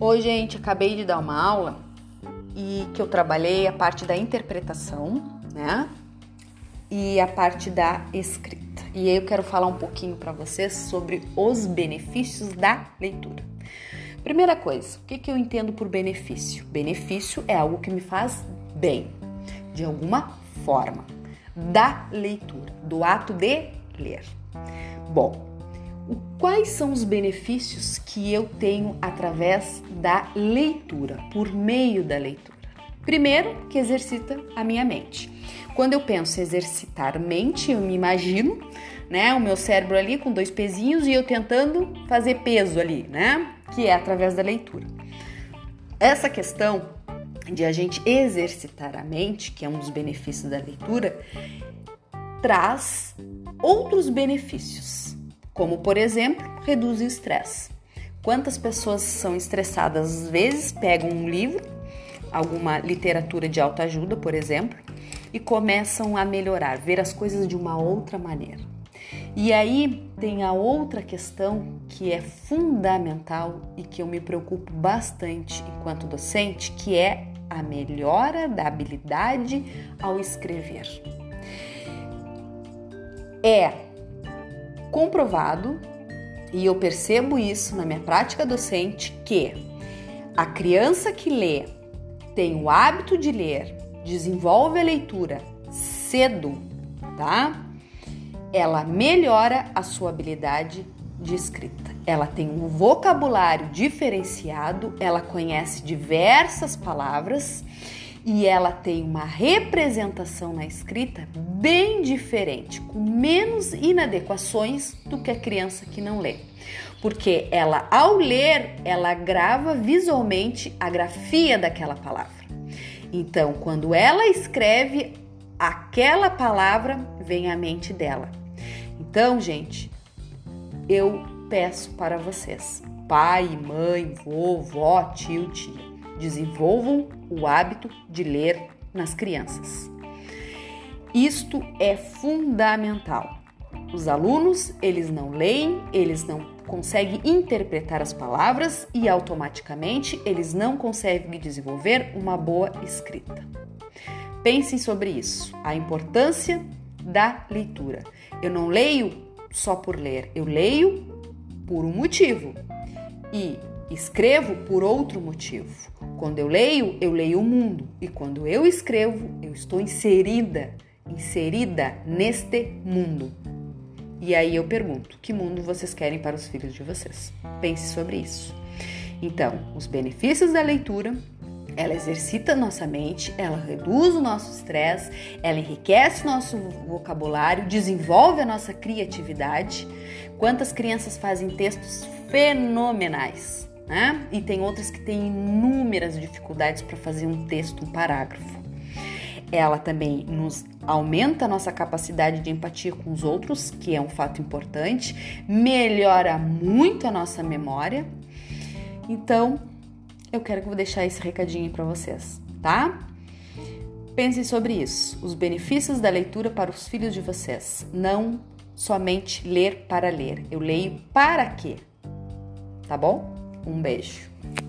Oi, gente, acabei de dar uma aula e que eu trabalhei a parte da interpretação, né? E a parte da escrita. E aí eu quero falar um pouquinho para vocês sobre os benefícios da leitura. Primeira coisa, o que eu entendo por benefício? Benefício é algo que me faz bem, de alguma forma, da leitura, do ato de ler. Bom, quais são os benefícios que eu tenho através da leitura, por meio da leitura? Primeiro, que exercita a minha mente. Quando eu penso em exercitar mente, eu me imagino, né, o meu cérebro ali com 2 pezinhos e eu tentando fazer peso ali, né, que é através da leitura. Essa questão de a gente exercitar a mente, que é um dos benefícios da leitura, traz outros benefícios, como, por exemplo, reduz o estresse. Quantas pessoas são estressadas, às vezes, pegam um livro, alguma literatura de autoajuda, por exemplo, e começam a melhorar, ver as coisas de uma outra maneira. E aí tem a outra questão que é fundamental e que eu me preocupo bastante enquanto docente, que é a melhora da habilidade ao escrever. É comprovado, e eu percebo isso na minha prática docente, que a criança que lê, tem o hábito de ler, desenvolve a leitura cedo, tá? Ela melhora a sua habilidade de escrita. Ela tem um vocabulário diferenciado, ela conhece diversas palavras e ela tem uma representação na escrita bem diferente, com menos inadequações do que a criança que não lê. Porque ela, ao ler, ela grava visualmente a grafia daquela palavra. Então, quando ela escreve, aquela palavra vem à mente dela. Então, gente, eu peço para vocês, pai, mãe, vô, vó, tio, tia, desenvolvam o hábito de ler nas crianças. Isto é fundamental. Os alunos, eles não leem, eles não conseguem interpretar as palavras e automaticamente eles não conseguem desenvolver uma boa escrita. Pensem sobre isso, a importância da leitura. Eu não leio só por ler, eu leio por um motivo e escrevo por outro motivo. Quando eu leio o mundo. E quando eu escrevo, eu estou inserida neste mundo. E aí eu pergunto, que mundo vocês querem para os filhos de vocês? Pense sobre isso. Então, os benefícios da leitura, ela exercita a nossa mente, ela reduz o nosso estresse, ela enriquece o nosso vocabulário, desenvolve a nossa criatividade. Quantas crianças fazem textos fenomenais, né? E tem outras que têm inúmeras dificuldades para fazer um texto, um parágrafo. Ela também nos aumenta a nossa capacidade de empatia com os outros, que é um fato importante, melhora muito a nossa memória. Então, eu vou deixar esse recadinho para vocês, tá? Pensem sobre isso, os benefícios da leitura para os filhos de vocês. Não somente ler para ler, eu leio para quê? Tá bom? Um beijo.